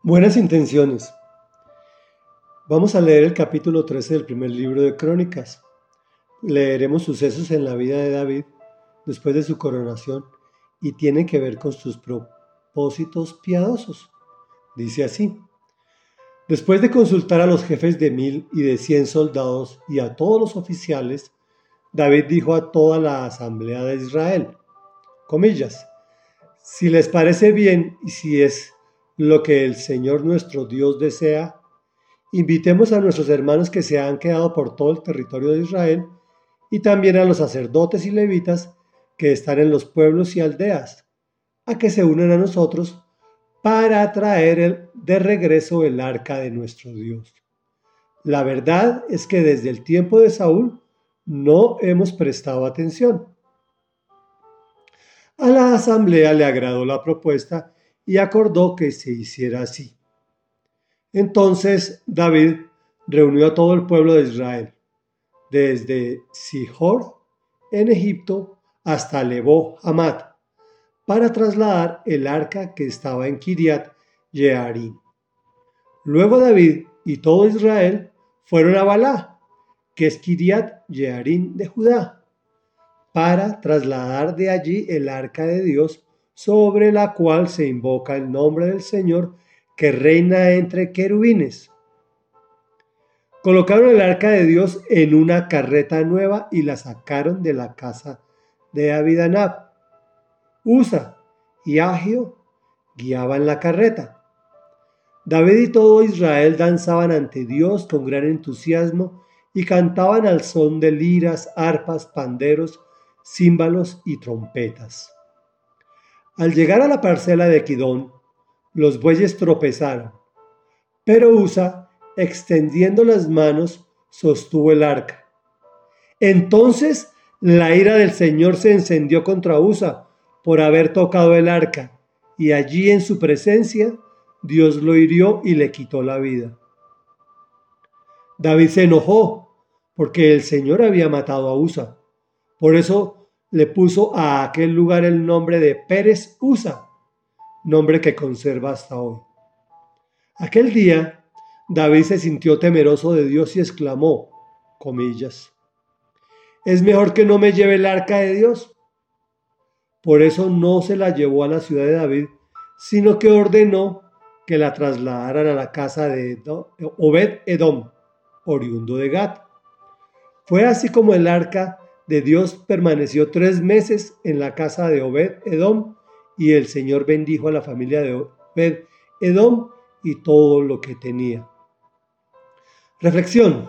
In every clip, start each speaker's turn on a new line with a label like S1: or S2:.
S1: Buenas intenciones. Vamos a leer el capítulo 13 del primer libro de Crónicas. Leeremos sucesos en la vida de David después de su coronación y tiene que ver con sus propósitos piadosos. Dice así: después de consultar a los jefes de 1000 y de 100 soldados y a todos los oficiales, David dijo a toda la asamblea de Israel, comillas, si les parece bien y si es lo que el Señor nuestro Dios desea, invitemos a nuestros hermanos que se han quedado por todo el territorio de Israel y también a los sacerdotes y levitas que están en los pueblos y aldeas, a que se unan a nosotros para traer de regreso el arca de nuestro Dios. La verdad es que desde el tiempo de Saúl no hemos prestado atención. A la asamblea le agradó la propuesta y acordó que se hiciera así. Entonces David reunió a todo el pueblo de Israel, desde Sihor en Egipto hasta Lebo Hamat, para trasladar el arca que estaba en Kiriat Jearim. Luego David y todo Israel fueron a Balá, que es Kiriat Jearim de Judá, para trasladar de allí el arca de Dios, sobre la cual se invoca el nombre del Señor, que reina entre querubines. Colocaron el arca de Dios en una carreta nueva y la sacaron de la casa de Abinadab. Uza y Ahio guiaban la carreta. David y todo Israel danzaban ante Dios con gran entusiasmo y cantaban al son de liras, arpas, panderos, címbalos y trompetas. Al llegar a la parcela de Kidón, los bueyes tropezaron, pero Uza, extendiendo las manos, sostuvo el arca. Entonces la ira del Señor se encendió contra Uza por haber tocado el arca, y allí en su presencia Dios lo hirió y le quitó la vida. David se enojó porque el Señor había matado a Uza. Por eso le puso a aquel lugar el nombre de Pérez Uza, nombre que conserva hasta hoy. Aquel día, David se sintió temeroso de Dios y exclamó, comillas, ¿es mejor que no me lleve el arca de Dios? Por eso no se la llevó a la ciudad de David, sino que ordenó que la trasladaran a la casa de Obed-Edom, oriundo de Gat. Fue así como el arca de Dios permaneció 3 meses en la casa de Obed-Edom, y el Señor bendijo a la familia de Obed-Edom y todo lo que tenía. Reflexión.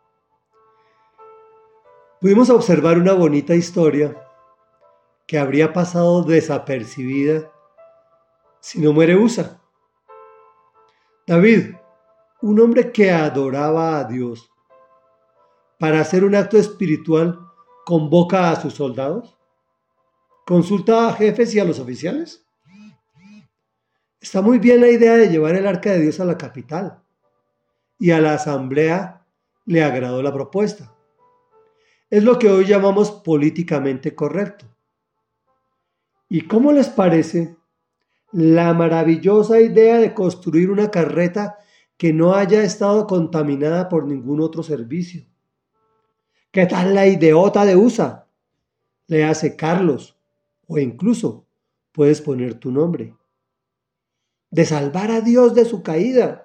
S1: Pudimos observar una bonita historia que habría pasado desapercibida si no muere Uza. David, un hombre que adoraba a Dios, para hacer un acto espiritual, convoca a sus soldados, consulta a jefes y a los oficiales. Está muy bien la idea de llevar el arca de Dios a la capital, y a la asamblea le agradó la propuesta. Es lo que hoy llamamos políticamente correcto. ¿Y cómo les parece la maravillosa idea de construir una carreta que no haya estado contaminada por ningún otro servicio? ¿Qué tal la ideota de Uza? Le hace Carlos, o incluso puedes poner tu nombre. De salvar a Dios de su caída.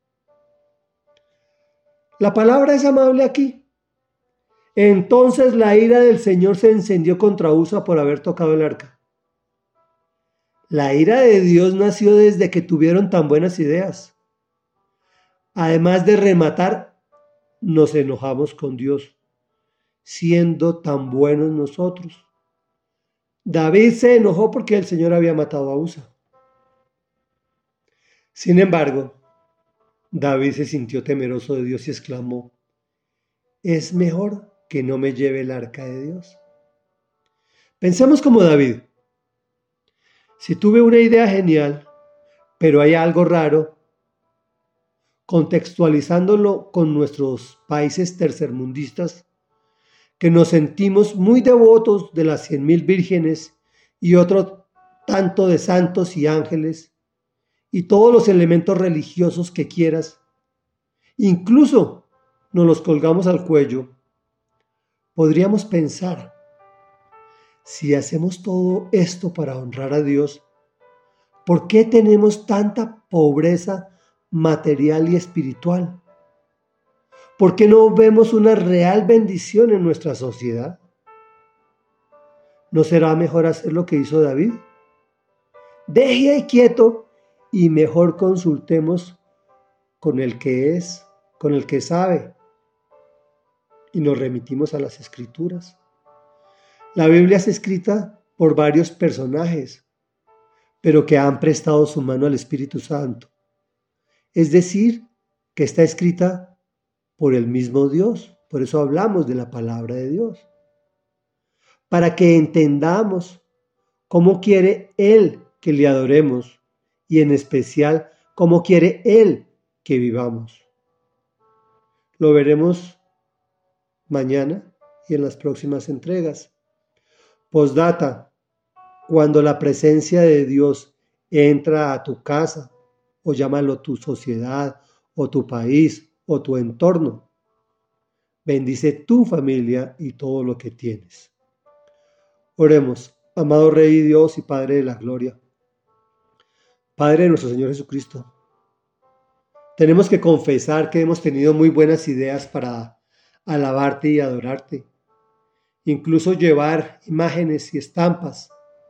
S1: La palabra es amable aquí. Entonces la ira del Señor se encendió contra Uza por haber tocado el arca. La ira de Dios nació desde que tuvieron tan buenas ideas. Además de rematar, nos enojamos con Dios, siendo tan buenos nosotros. David se enojó porque el Señor había matado a Uza. Sin embargo, David se sintió temeroso de Dios y exclamó, es mejor que no me lleve el arca de Dios. Pensemos como David. Si tuve una idea genial, pero hay algo raro, contextualizándolo con nuestros países tercermundistas, que nos sentimos muy devotos de las 100.000 vírgenes y otro tanto de santos y ángeles, y todos los elementos religiosos que quieras. Incluso nos los colgamos al cuello. Podríamos pensar, si hacemos todo esto para honrar a Dios, ¿por qué tenemos tanta pobreza material y espiritual? ¿Por qué no vemos una real bendición en nuestra sociedad? ¿No será mejor hacer lo que hizo David? Deje ahí quieto y mejor consultemos con el que es, con el que sabe, y nos remitimos a las Escrituras. La Biblia es escrita por varios personajes, pero que han prestado su mano al Espíritu Santo. Es decir, que está escrita por el mismo Dios. Por eso hablamos de la palabra de Dios. Para que entendamos cómo quiere Él que le adoremos y en especial cómo quiere Él que vivamos. Lo veremos mañana y en las próximas entregas. Postdata: cuando la presencia de Dios entra a tu casa, o llámalo tu sociedad, o tu país, o tu entorno, bendice tu familia y todo lo que tienes. Oremos. Amado Rey Dios y Padre de la Gloria, Padre de nuestro Señor Jesucristo, tenemos que confesar que hemos tenido muy buenas ideas para alabarte y adorarte, incluso llevar imágenes y estampas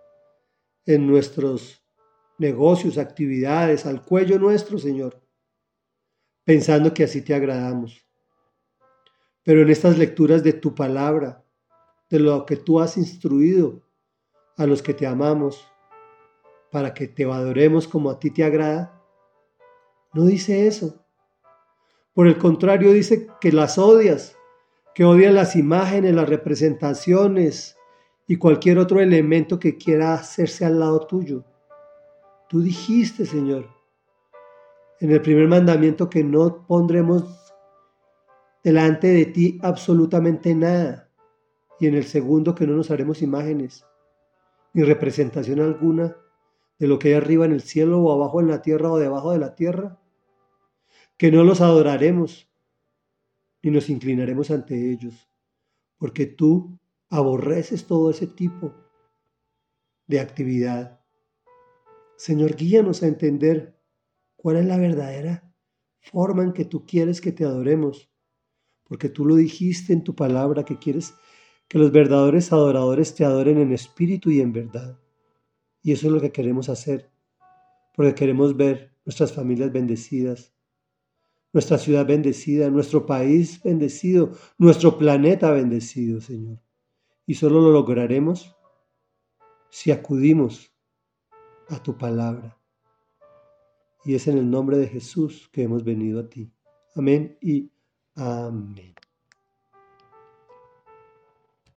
S1: en nuestros negocios, actividades, al cuello nuestro, Señor, pensando que así te agradamos. Pero en estas lecturas de tu palabra, de lo que tú has instruido a los que te amamos, para que te adoremos como a ti te agrada, no dice eso. Por el contrario, dice que las odias, que odias las imágenes, las representaciones y cualquier otro elemento que quiera hacerse al lado tuyo. Tú dijiste, Señor, en el primer mandamiento que no pondremos delante de ti absolutamente nada, y en el segundo que no nos haremos imágenes ni representación alguna de lo que hay arriba en el cielo o abajo en la tierra o debajo de la tierra, que no los adoraremos ni nos inclinaremos ante ellos, porque tú aborreces todo ese tipo de actividad. Señor, guíanos a entender cuál es la verdadera forma en que tú quieres que te adoremos, porque tú lo dijiste en tu palabra, que quieres que los verdaderos adoradores te adoren en espíritu y en verdad. Y eso es lo que queremos hacer, porque queremos ver nuestras familias bendecidas, nuestra ciudad bendecida, nuestro país bendecido, nuestro planeta bendecido, Señor. Y solo lo lograremos si acudimos a tu palabra. Y es en el nombre de Jesús que hemos venido a ti. Amén y amén.